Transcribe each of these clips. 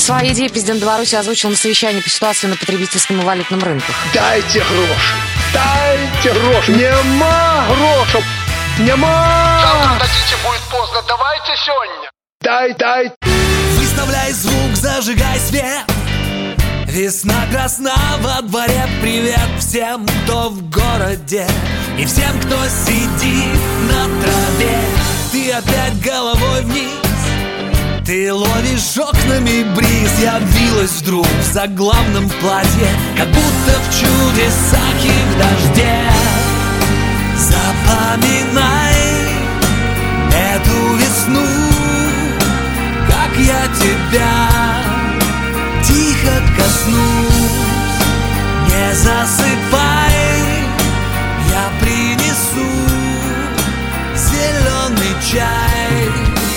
Свои идеи президент Беларуси озвучил на совещании по ситуации на потребительском и валютном рынках. Дайте гроши, нема грошей, нема. Завтра дадите, будет поздно, давайте сегодня. Дай. Выставляй звук, зажигай свет. Весна красна во дворе. Привет всем, кто в городе, и всем, кто сидит на траве. Ты опять головой вниз, ты ловишь окнами бриз. Я вилась вдруг в заглавном платье, как будто в чудесах и в дожде. Запоминай эту весну, как я тебя тихо коснусь. Не засыпай, я принесу зеленый чай,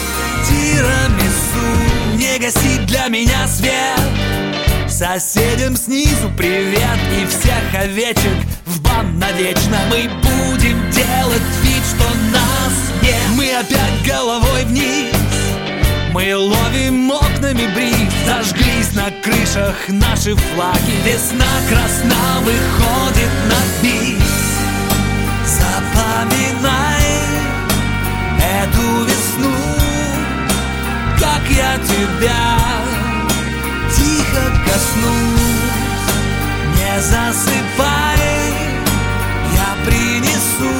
тирамису. Не гаси для меня свет, соседям снизу привет. И всех овечек в бан навечно. Мы будем делать вид, что нас нет. Мы опять головой вниз, мы ловим окнами бриз. Зажглись на крышах наши флаги. Весна красна выходит на бис. Запоминай эту весну, как я тебя тихо коснусь. Не засыпай, я принесу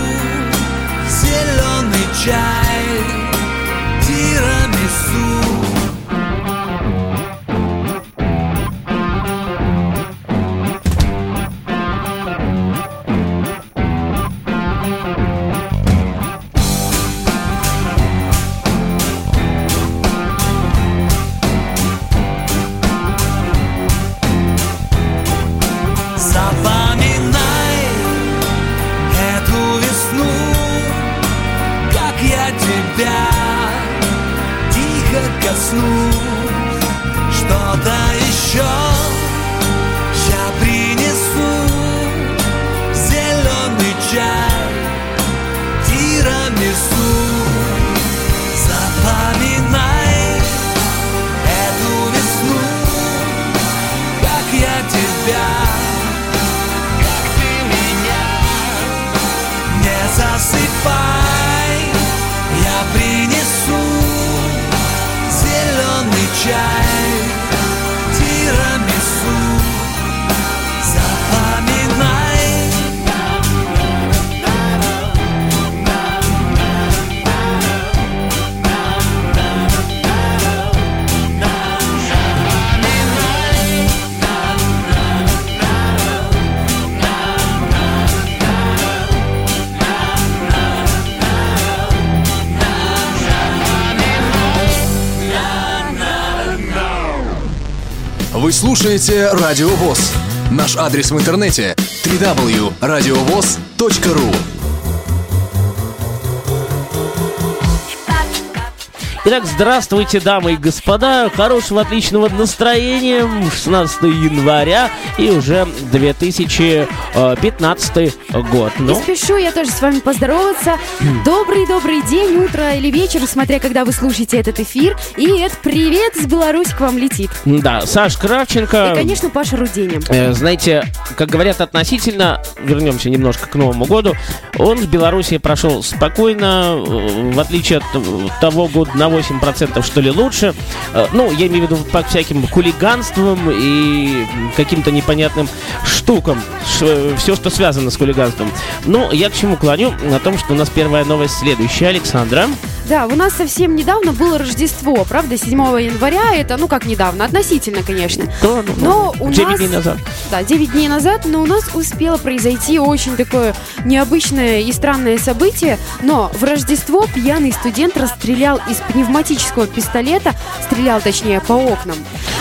зеленый чай, тирамису. Что-то еще я принесу зеленый чай, тирамису. Запоминай эту весну, как я тебя, как ты меня. Не засыпай, я принесу зеленый чай, тирамису. Запоминай. Вы слушаете Радио ВОС. Наш адрес в интернете www.radiovos.ru. Итак, здравствуйте, дамы и господа. Хорошего, отличного настроения. 16 января и уже 2015 год. И спешу я тоже с вами поздороваться. Добрый день, утро или вечер, смотря когда вы слушаете этот эфир. И это привет с Беларуси к вам летит. Да, Саш Кравченко. И, конечно, Паша Руденя. Знаете, как говорят относительно, вернемся немножко к Новому году, он в Беларуси прошел спокойно, в отличие от того года на 8%, что ли, лучше. Ну, я имею в виду по всяким хулиганствам и каким-то непонятным штукам. Все, что связано с хулиганством. Ну, я к чему клоню? О том, что у нас первая новость следующая. Александра. Да, у нас совсем недавно было Рождество, правда, 7 января. Это, ну, как недавно, относительно, конечно. Да, но у 9 дней назад. Да, 9 дней назад, но у нас успело произойти очень такое необычное и странное событие. Но в Рождество пьяный студент расстрелял из пневматического пистолета, стрелял, точнее, по окнам.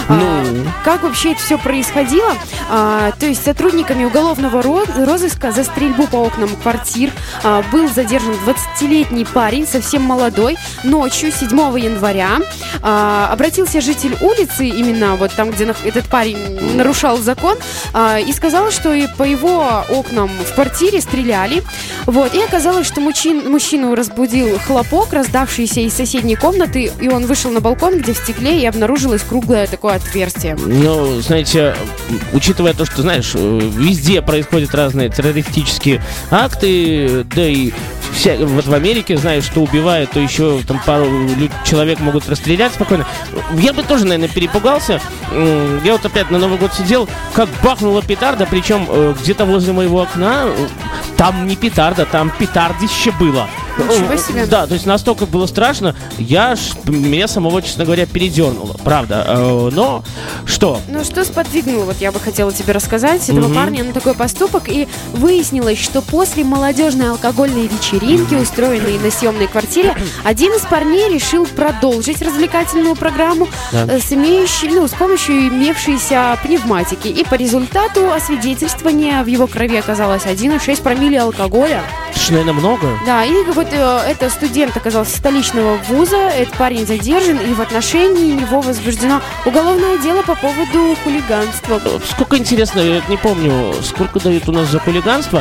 Как вообще это все происходило? То есть сотрудниками уголовного розыска за стрельбу по окнам квартир был задержан 20-летний парень, совсем молодой. Ночью, 7 января, обратился житель улицы, именно вот там, где этот парень нарушал закон, и сказал, что и по его окнам в квартире стреляли. Вот. И оказалось, что мужчину разбудил хлопок, раздавшийся из соседней комнаты, и он вышел на балкон, где в стекле и обнаружилось круглое такое отверстие. Ну, знаете, учитывая то, что, знаешь, везде происходят разные террористические акты, да и вот в Америке, знаешь, что убивают, то еще там пару человек могут расстрелять спокойно. Я бы тоже, наверное, перепугался. Я вот опять на Новый год сидел, как бахнула петарда, причем где-то возле моего окна. Там не петарда, там петардище было. Ничего себе. Да, то есть настолько было страшно, меня самого, честно говоря, передернуло, правда. Но что? Ну, что сподвигнуло, вот я бы хотела тебе рассказать, этого парня на такой поступок. И выяснилось, что после молодежной алкогольной вечеринки, устроенной на съемной квартире, один из парней решил продолжить развлекательную программу с помощью имевшейся пневматики. И по результату освидетельствования в его крови оказалось 1,6 промилле алкоголя. Это ж, наверное, много. Да, и вот это студент оказался столичного вуза, этот парень задержан, и в отношении него возбуждено уголовное дело по поводу хулиганства. Сколько, интересно, я не помню, сколько дают у нас за хулиганство,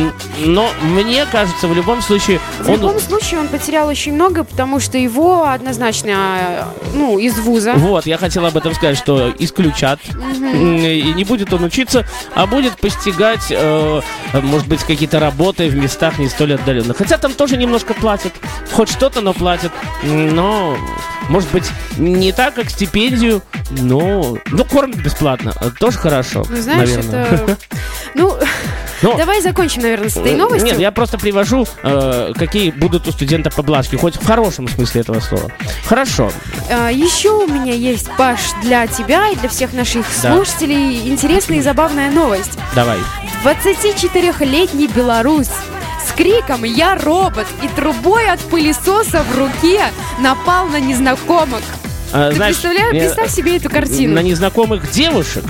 но мне кажется, в любом случае... В любом случае он потерял очень много, потому что его однозначно, из вуза. Вот, я хотел об этом сказать, что исключат, и не будет он учиться, а будет постигать, может быть, какие-то работы в местах не столь отдаленных. Хотя там тоже немножко платят, хоть что-то, но платят, но, может быть, не так, как стипендию, но кормят бесплатно, тоже хорошо, знаешь, наверное. Давай закончим, наверное, с этой новостью. Нет, я просто привожу, какие будут у студента поблажки, хоть в хорошем смысле этого слова. Хорошо. Еще у меня есть, Паш, для тебя и для всех наших слушателей интересная и забавная новость. Давай. 24-летний белорус с криком «Я робот» и трубой от пылесоса в руке напал на незнакомых. Ты представь себе эту картину. На незнакомых девушек?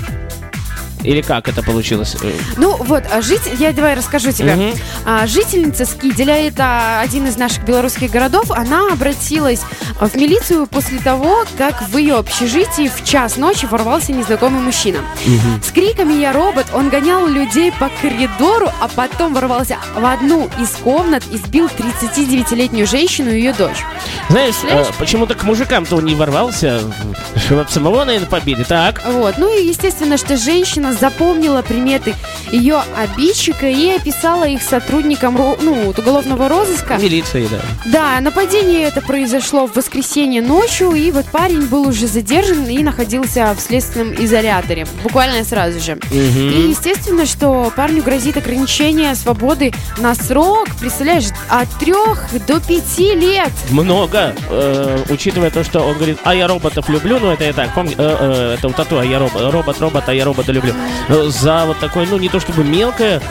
Или как это получилось? Ну вот, давай расскажу тебе. Жительница Скиделя, это один из наших белорусских городов, она обратилась в милицию после того, как в ее общежитии в час ночи ворвался незнакомый мужчина. С криками «Я робот» он гонял людей по коридору, а потом ворвался в одну из комнат и сбил 39-летнюю женщину и ее дочь. Знаешь, почему-то к мужикам-то он не ворвался, чтобы самого, наверное, побили. Так. Вот, и естественно, что женщина запомнила приметы ее обидчика и описала их сотрудникам уголовного розыска. Милиции, да. Да, нападение это произошло в воскресенье ночью, и вот парень был уже задержан и находился в следственном изоляторе. Буквально сразу же. И естественно, что парню грозит ограничение свободы на срок, представляешь, от 3 до 5 лет. Много, учитывая то, что он говорит, я роботов люблю, это я так, помню, это у тату, я робот, я робота люблю. За вот такое, не то чтобы мелкое,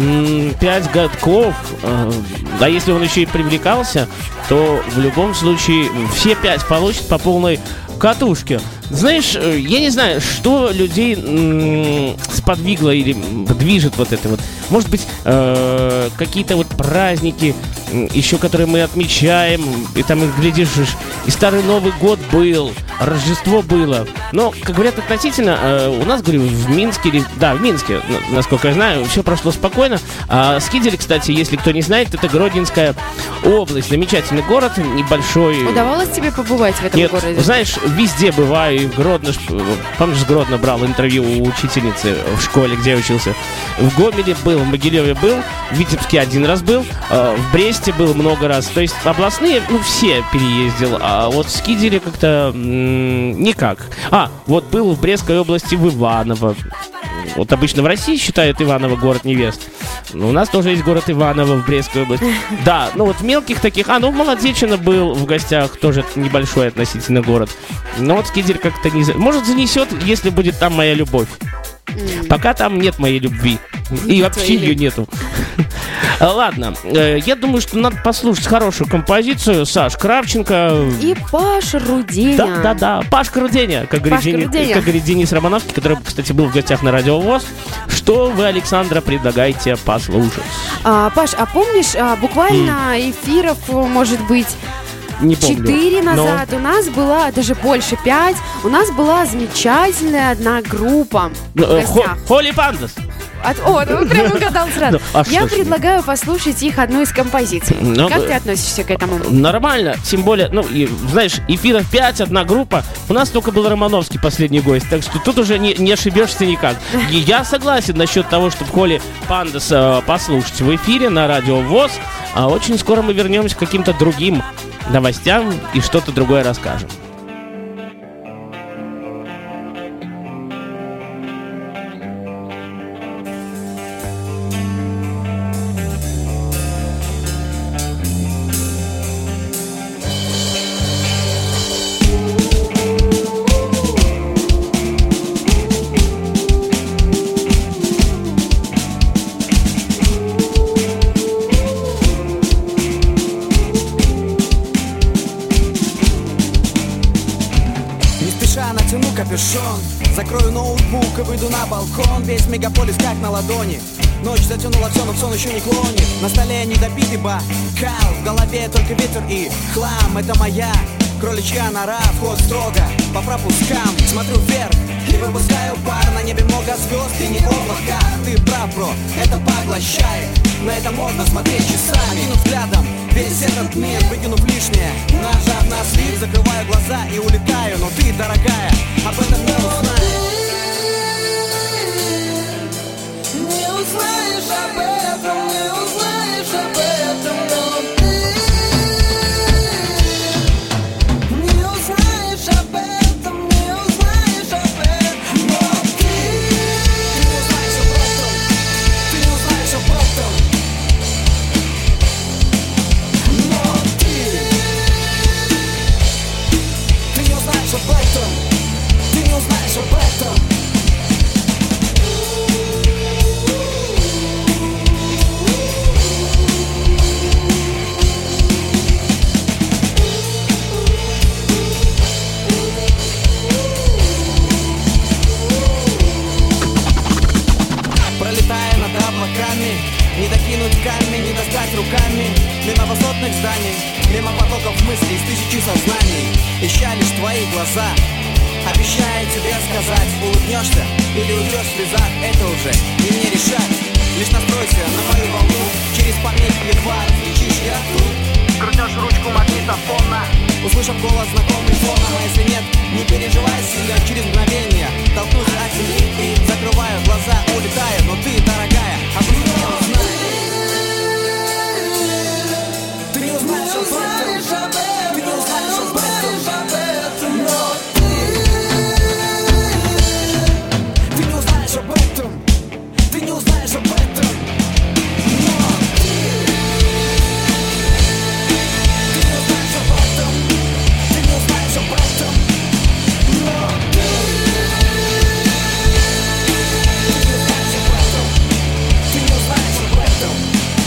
5 годков, а если он еще и привлекался, то в любом случае все 5 получат по полной катушке. Знаешь, я не знаю, что людей сподвигло или движет вот это вот. Может быть, какие-то вот праздники еще, которые мы отмечаем, и там их, глядишь, и Старый Новый год был, Рождество было. Но, как говорят, относительно, у нас, говорю, в Минске, в Минске, насколько я знаю, все прошло спокойно. Скидель, кстати, если кто не знает, это Гродненская область, замечательный город, небольшой. Удавалось тебе побывать в этом городе? Нет, знаешь, везде бываю, и в Гродно, помнишь, с Гродно брал интервью у учительницы в школе, где я учился. В Гомеле был, в Могилеве был, в Витебске один раз был, в Бресте был много раз. То есть областные, все переездил, а вот в Скиделе как-то никак. Вот был в Брестской области, в Иваново. Вот обычно в России считают Иваново город невест. У нас тоже есть город Иваново в Брестской области. Да, в мелких таких... в Молодечино был в гостях, тоже небольшой относительно город. Но вот Скидель как-то не... Может, занесет, если будет там моя любовь. Пока там нет моей любви. И вообще ее нету. Ладно, я думаю, что надо послушать хорошую композицию. Саш Кравченко и Паша Руденя. Да. Пашка Руденя, как говорит Денис Романовский, который, кстати, был в гостях на Радио ВОС. Что вы, Александра, предлагаете послушать? Паш, а помнишь, буквально эфиров, может быть, не помню. 4 назад у нас была, даже больше, 5, у нас была замечательная одна группа в гостях. Holy Pandas. Ты прям угадал сразу. Я предлагаю послушать их одну из композиций. Как ты относишься к этому? Нормально, тем более, знаешь, эфиров 5, одна группа. У нас только был Романовский последний гость, так что тут уже не ошибешься никак. И я согласен насчет того, чтобы Holy Pandas послушать в эфире на Радио ВОС. А очень скоро мы вернемся к каким-то другим новостям и что-то другое расскажем. Закрою ноутбук и выйду на балкон. Весь мегаполис как на ладони. Ночь затянула все, но сон еще не клонит. На столе недопитый бокал, в голове только ветер и хлам. Это моя кроличья нора, вход строго по пропускам. Смотрю вверх и выпускаю пар. На небе много звезд и не облака. Ты прав, бро, это поглощает. На это можно смотреть часами. Кинув взглядом весь этот мир, выкинув лишнее, нажав на слив, закрываю глаза и улетаю. Но ты, дорогая, об этом не узнаешь. Не узнаешь об этом, не узнаешь об этом, но ты не узнаешь об этом, не узнаешь об этом, но ты не узнаешь об этом, ты не узнаешь об этом, но ты не узнаешь об этом, ты не узнаешь об этом. Пролетая над облаками, не докинуть камень, не достать руками. Мимо высотных зданий, мимо потоков мыслей с тысячи сознаний, ища лишь твои глаза, обещая тебе сказать. Улыбнешься или уйдешь в слезах, это уже не мне решать. Лишь настройся на мою волну, через помехи едва отличишь я тут. Крутнешь ручку магнитофона, услышав голос знакомый фоном. А если нет, не переживай сильно, через мгновение толкнусь от земли и закрываю глаза, улетаю. Но ты, дорогая, об этом не узнаешь. Ты не узнаешь об этом, ты не узнаешь об этом, но ты не узнаешь об этом, ты не узнаешь об этом, но ты не узнаешь об этом, ты не узнаешь об этом, но ты не узнаешь об этом.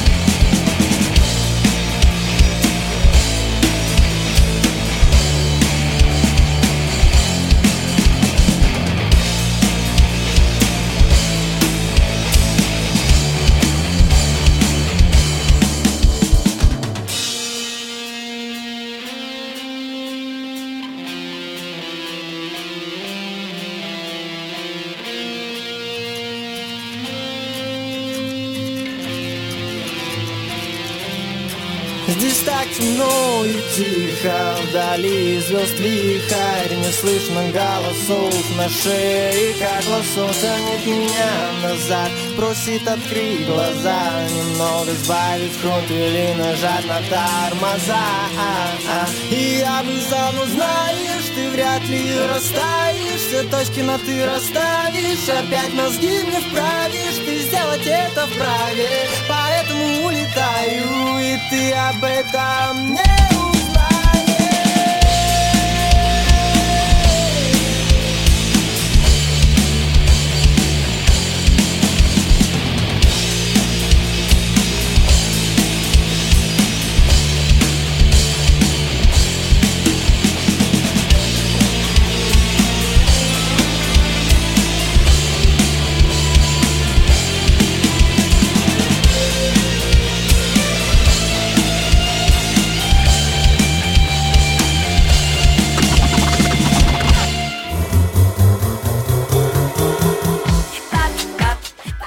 Здесь так темно и тихо, вдали звезд вихрь, не слышно голосов на шее, как лосо тянет меня назад, просит открыть глаза, немного сбавить скорость или нажать на тормоза. И я внезапно, знаешь, ты вряд ли растаешь, все точки на ты расставишь, опять мозги не вправишь, ты сделать это вправе, поэтому улетаю, и ты об этом не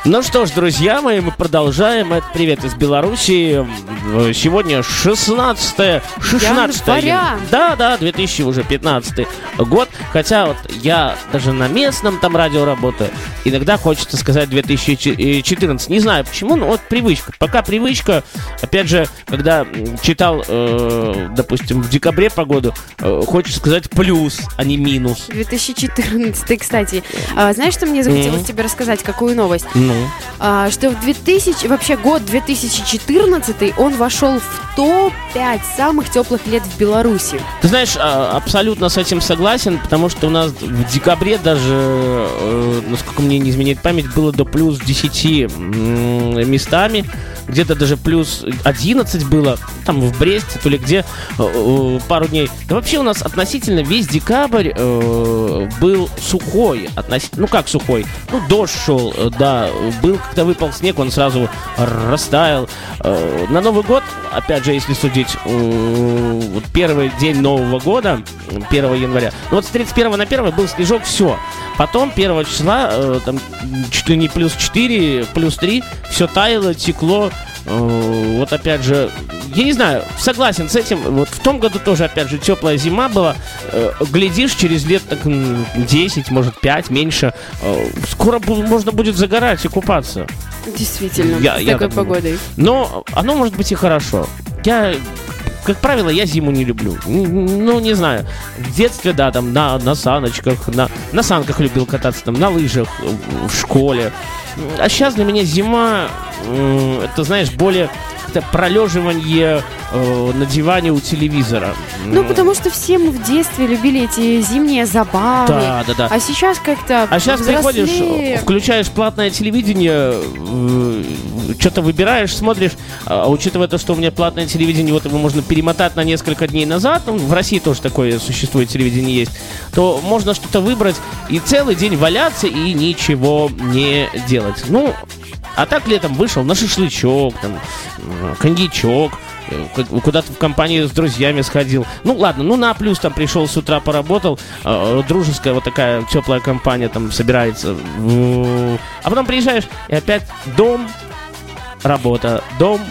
Ну что ж, друзья мои, мы продолжаем. Это привет из Беларуси. Сегодня 16 января. Да, 2015 год. Хотя вот я даже на местном там радио работаю. Иногда хочется сказать 2014. Не знаю почему, но вот привычка. Пока привычка. Опять же, когда читал, допустим, в декабре погоду, хочется сказать плюс, а не минус. 2014, кстати. Знаешь, что мне захотелось тебе рассказать? Какую новость? Что вообще год 2014, он вошел в топ-5 самых теплых лет в Беларуси. Ты знаешь, абсолютно с этим согласен, потому что у нас в декабре даже, насколько мне не изменяет память, было до плюс 10 местами. Где-то даже плюс 11 было, там в Бресте, то ли где, пару дней. Да вообще у нас относительно весь декабрь был сухой. Ну как сухой? Ну дождь шел, да. Был, когда выпал снег, он сразу растаял. На Новый год, опять же, если судить, вот первый день Нового года, 1 января, ну вот с 31 на 1 был снежок, все. Потом 1 числа, там чуть ли не плюс 4, плюс 3, все таяло, текло. Вот опять же, я не знаю, согласен с этим. Вот в том году тоже, опять же, теплая зима была. Глядишь, через лет так 10, может 5, меньше, скоро можно будет загорать и купаться. Действительно, с такой погодой. Но оно может быть и хорошо. Как правило, я зиму не люблю. Ну, не знаю. В детстве, да, там на саночках, на санках любил кататься, там, на лыжах, в школе. А сейчас для меня зима, это, знаешь, более как-то пролеживание на диване у телевизора. Ну, потому что все мы в детстве любили эти зимние забавы. Да. А сейчас как-то А сейчас приходишь, включаешь платное телевидение, что-то выбираешь, смотришь, а учитывая то, что у меня платное телевидение, вот его можно перемотать на несколько дней назад, ну, в России тоже такое существует, телевидение есть, то можно что-то выбрать и целый день валяться и ничего не делать. Ну, а так летом вышел на шашлычок, там, коньячок, куда-то в компании с друзьями сходил. Ну ладно, ну на плюс там пришел с утра, поработал, дружеская вот такая теплая компания там собирается. А потом приезжаешь и опять дом, работа,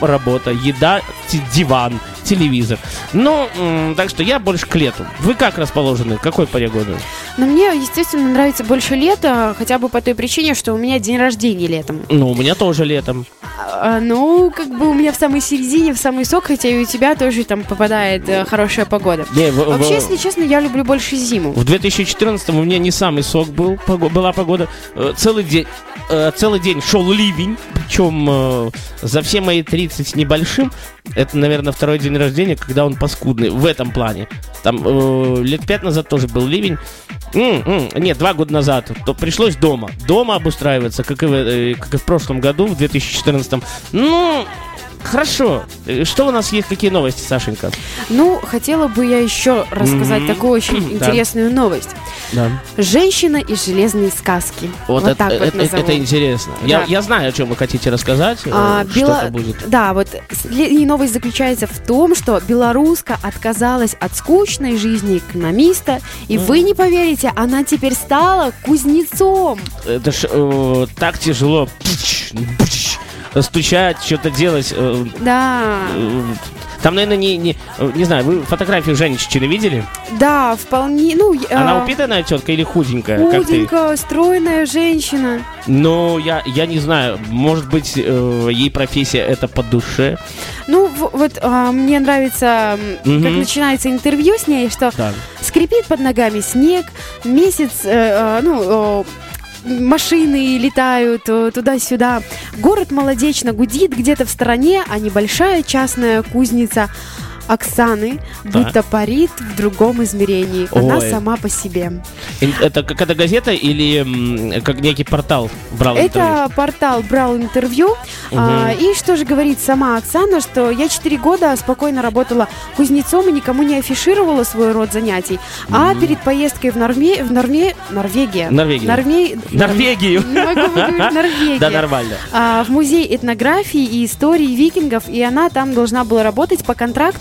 еда, диван, телевизор. Ну, так что я больше к лету. Вы как расположены? К какой поре года? Ну, мне, естественно, нравится больше лето, хотя бы по той причине, что у меня день рождения летом. Ну, у меня тоже летом. Ну, как бы у меня в самой середине, в самый сок, хотя и у тебя тоже там попадает хорошая погода. Вообще, если честно, я люблю больше зиму. В 2014-м у меня не самый сок была погода. Целый день шел ливень, причем за все мои 30 с небольшим, это, наверное, второй день рождения, когда он паскудный в этом плане. Там лет 5 назад тоже был ливень. Нет, 2 года назад. То пришлось дома обустраиваться, как и в прошлом году, в 2014. Ну, хорошо. Что у нас есть, какие новости, Сашенька? Ну, хотела бы я еще рассказать такую очень интересную новость. Да. «Женщина из железной сказки». Вот так вот назову. Это интересно. Да. Я знаю, о чем вы хотите рассказать. Что-то будет. Да, вот и новость заключается в том, что белоруска отказалась от скучной жизни экономиста, и вы не поверите, она теперь стала кузнецом. Это ж так тяжело стучать, что-то делать. Да. Там, наверное, не знаю, вы фотографию Жени Чечины видели? Да, вполне. Она упитанная тетка или худенькая? Худенькая, стройная женщина. Ну, я не знаю, может быть, ей профессия это по душе. Ну, вот мне нравится, как начинается интервью с ней, что скрипит под ногами снег, месяц, машины летают туда-сюда. Город молодечно гудит где-то в стороне, а небольшая частная кузница Оксаны будто парит в другом измерении. Она сама по себе. Это какая-то газета или как некий портал брал интервью? Это портал брал интервью. И что же говорит сама Оксана, что я 4 года спокойно работала кузнецом и никому не афишировала свой род занятий. А перед поездкой в Норвегию. Не могу выговорить Норвегию. Да, нормально. В музей этнографии и истории викингов. И она там должна была работать по контракту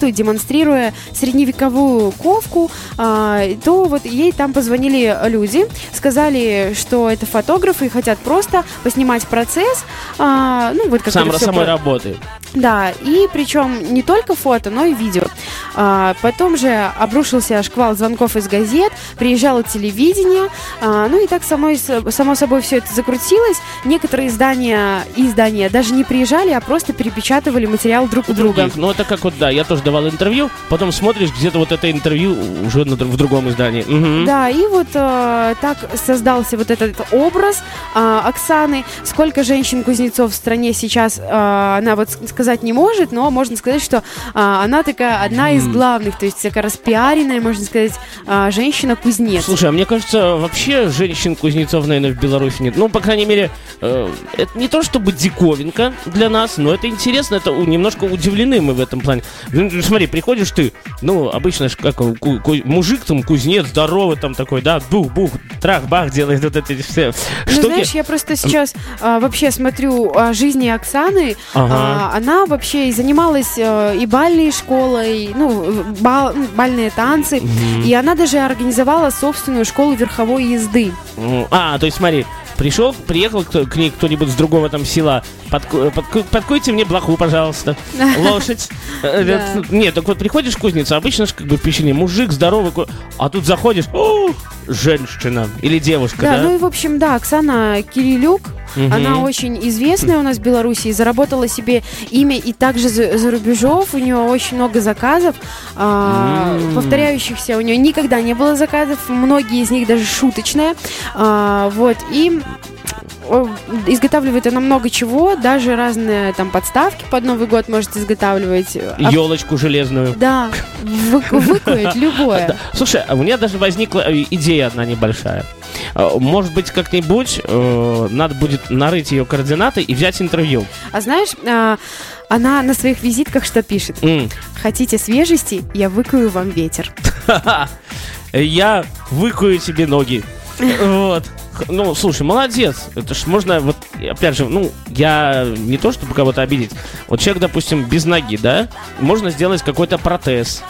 и демонстрируя средневековую ковку, то вот ей там позвонили люди, сказали, что это фотографы и хотят просто поснимать процесс. Вот как самой работы. Да, и причем не только фото, но и видео. Потом же обрушился шквал звонков из газет, приезжало телевидение, и так само собой все это закрутилось. Некоторые издания даже не приезжали, а просто перепечатывали материал друг у друга. Ну, это как я тоже давал интервью, потом смотришь, где-то вот это интервью уже в другом издании. Угу. Да, и вот так создался вот этот образ Оксаны. Сколько женщин-кузнецов в стране сейчас, она вот сказать не может, но можно сказать, что она такая одна из главных, то есть такая распиаренная, можно сказать, женщина-кузнец. Слушай, а мне кажется, вообще женщин-кузнецов, наверное, в Беларуси нет. Ну, по крайней мере, это не то чтобы диковинка для нас, но это интересно, это немножко удивлены мы в этом плане. Смотри, приходишь ты, обычно как мужик там, кузнец, здоровый там такой, да, бух-бух, трах-бах делает вот эти все штуки. Знаешь, я просто сейчас вообще смотрю о жизни Оксаны. Она вообще и занималась и бальной школой, бальные танцы, и она даже организовала собственную школу верховой езды. То есть смотри, приехал к ней кто-нибудь с другого там села, подкуйте мне блоху, пожалуйста, лошадь. Нет, так вот приходишь в кузницу, обычно же как бы впечатление, мужик здоровый, а тут заходишь, женщина или девушка, да? Ну и в общем, да, Оксана Кирилюк, она очень известная у нас в Беларуси, заработала себе имя и также за рубежов, у нее очень много заказов, повторяющихся, у нее никогда не было заказов, многие из них даже шуточные, и изготавливает она много чего, даже разные там подставки под Новый год может изготавливать. Елочку железную. Да, выкует любое. Да. Слушай, у меня даже возникла идея одна небольшая. Может быть, как-нибудь надо будет нарыть ее координаты и взять интервью. А знаешь, она на своих визитках что пишет? Хотите свежести? Я выкую вам ветер. Я выкую себе ноги. Вот. Слушай, молодец. Это ж можно, опять же, я не то, чтобы кого-то обидеть. Вот человек, допустим, без ноги, да, можно сделать какой-то протез.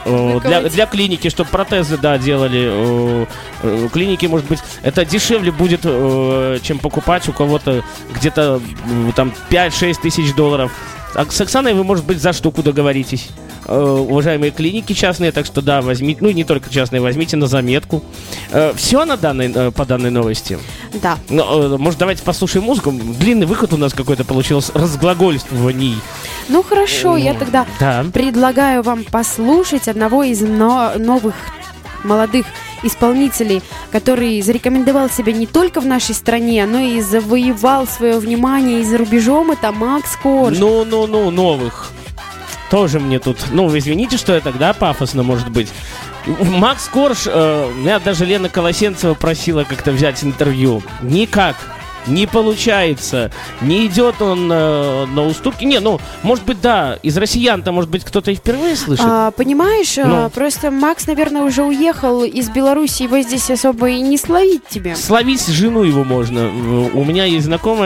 Для клиники, чтобы протезы, делали. Клиники, может быть, это дешевле будет, чем покупать у кого-то где-то там 5-6 тысяч долларов. А с Оксаной вы, может быть, за штуку договоритесь. Уважаемые клиники частные, так что да, возьмите, не только частные, возьмите на заметку. Все по данной новости? Да. Может, давайте послушаем музыку? Длинный выход у нас какой-то получился, разглагольствований. Ну хорошо, я тогда предлагаю вам послушать одного из новых молодых исполнителей, который зарекомендовал себя не только в нашей стране, но и завоевал свое внимание и за рубежом. Это Макс Корж. Новых. Тоже мне тут, извините, что я тогда пафосно, может быть. Макс Корж, меня даже Лена Колосенцева просила как-то взять интервью. Никак. Не получается, не идет он на уступки. Может быть, да, из россиян-то, может быть, кто-то и впервые слышит. Понимаешь, просто Макс, наверное, уже уехал из Беларуси, его здесь особо и не словить тебе. Словить жену его можно. У меня есть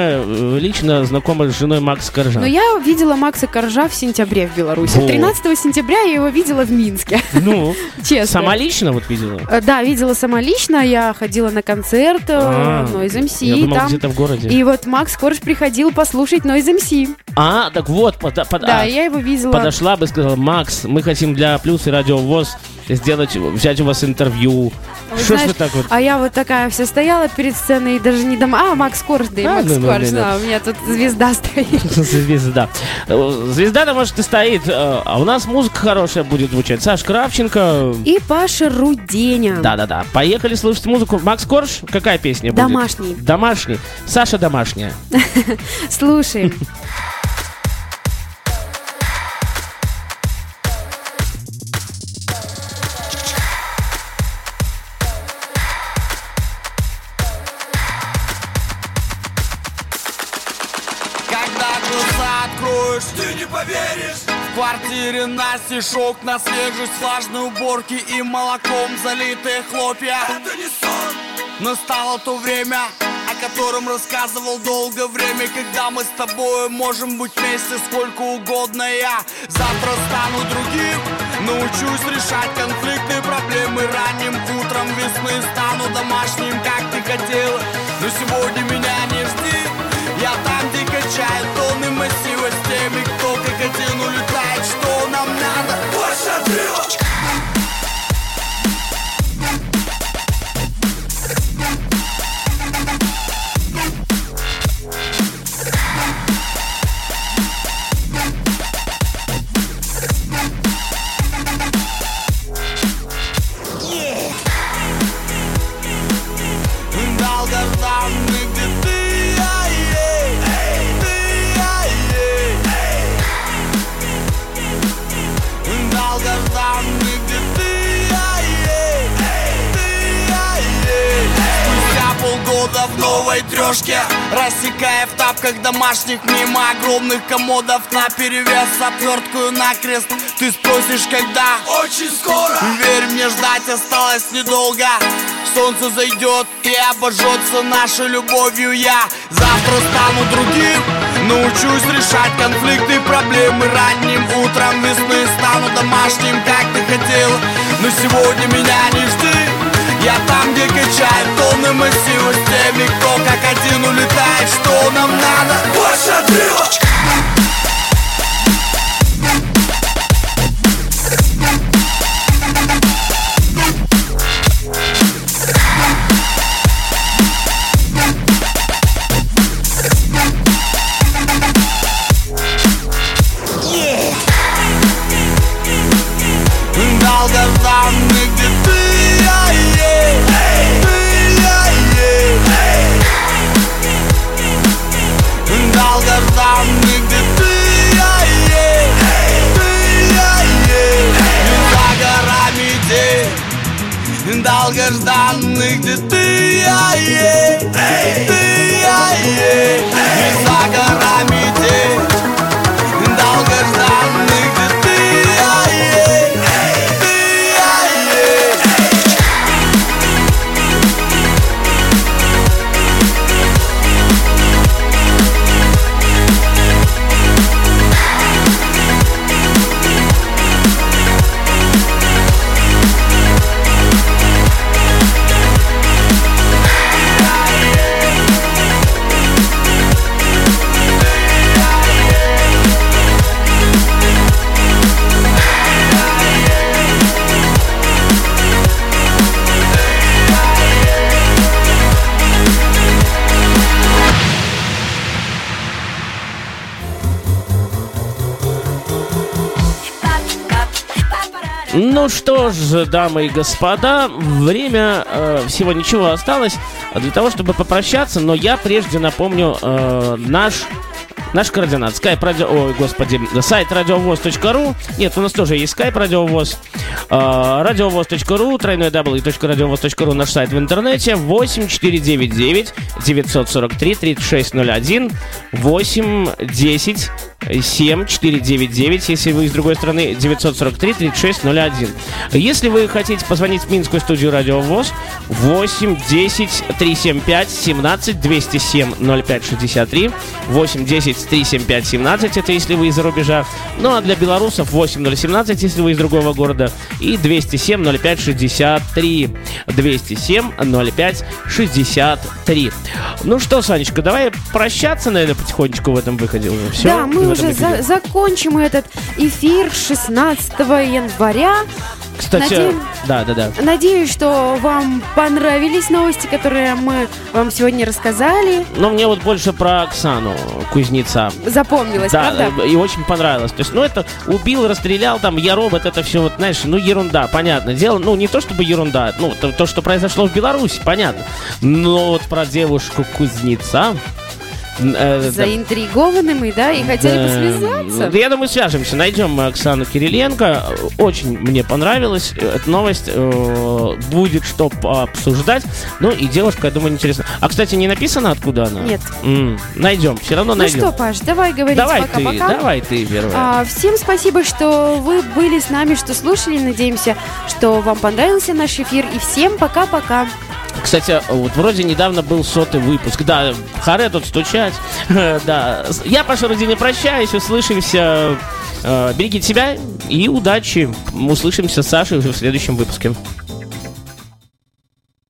лично знакомая с женой Макса Коржа. Но я видела Макса Коржа в сентябре в Беларуси. 13 сентября я его видела в Минске. Честно. Сама лично видела? Да, видела сама лично, я ходила на концерт Noise MC. Я думал, где-то в городе. И вот Макс Корж приходил послушать Noise MC. Так вот. Да, я его видела. Подошла бы и сказала: Макс, мы хотим для Плюс и Радио ВОС взять у вас интервью. Что ж вы так вот? А я вот такая вся стояла перед сценой и даже не думала, Макс Корж, Корж, у меня тут звезда стоит. Звезда. Звезда-то, может, и стоит, а у нас музыка хорошая будет звучать. Саш Кравченко. И Паша Руденя. Да. Поехали слушать музыку. Макс Корж, какая песня будет? Домашний. Саша домашняя. Слушаем. Ты не поверишь! В квартире на стишок, на свежесть влажной уборки и молоком залитые хлопья. Это не сон! Настало то время, о котором рассказывал долгое время, когда мы с тобой можем быть вместе сколько угодно. Я завтра стану другим, научусь решать конфликты, проблемы ранним утром весны, стану домашним, как ты хотела. Но сегодня меня не жди, я там, где качают тонны массива с теми, кто как один улетает. Что нам надо? Больше отрывок! Долгожданный, где ты, долгожданный, где ты, спустя полгода в новой трешке, рассекая в тапках домашних мимо огромных комодов наперевес отверткую накрест. Ты спросишь, когда? Очень скоро. Верь мне, ждать осталось недолго. Солнце зайдет и обожжется нашей любовью. Я завтра стану другим, научусь решать конфликты, проблемы ранним утром весны, стану домашним, как ты хотела. Но сегодня меня не жди, я там, где качает тонны массива с теми, кто как один улетает. Что нам надо? Больше отрывок! Долгожданный, где ты, долгожданный, где ты, за горами день, долгожданный, где ты, за горами день, долгожданный, где ты. Ну что ж, дамы и господа, время всего ничего осталось для того, чтобы попрощаться, но я прежде напомню наш координат. Сайт radiovoz.ru. Нет, у нас тоже есть скайп радиовоз. Radiovoz.ru, www.radiovoz.ru, наш сайт в интернете. 8499 943 3601 810 7499, если вы с другой стороны, 943 3601. Если вы хотите позвонить в Минскую студию Радио ВОС, 8 10 375 17 207 05 63, 8 10 375 17, это если вы из-за рубежа. Ну а для белорусов 8017, если вы из другого города, и 207 05 63, 207 05 63. Ну что, Санечка, давай прощаться, наверное, потихонечку в этом выходе уже. Все? Да, мы уже закончим этот эфир 16 января. Кстати, да. Надеюсь, что вам понравились новости, которые мы вам сегодня рассказали. Но мне вот больше про Оксану Кузнеца запомнилось, да, правда? И очень понравилось. То есть, это убил, расстрелял, там, я робот, это все, знаешь, ерунда, понятное дело. Не то чтобы ерунда, то, что произошло в Беларуси, понятно. Но вот про девушку Кузнеца... Заинтригованы мы, да, и хотели бы связаться. Я думаю, свяжемся, найдем Оксану Кириленко. Очень мне понравилась эта новость. Будет что обсуждать. Ну и девушка, я думаю, интересно. А, кстати, не написано, откуда она? Нет. Найдем, все равно найдем. Ну что, Паш, давай говорить пока-пока. Давай ты первая. Всем спасибо, что вы были с нами, что слушали. Надеемся, что вам понравился наш эфир. И всем пока-пока. Кстати, вот вроде недавно был 100-й выпуск. Да, харе тут стучать. Да. Я, Паша Рудин, прощаюсь. Услышимся. Берегите себя и удачи. Услышимся с Сашей уже в следующем выпуске.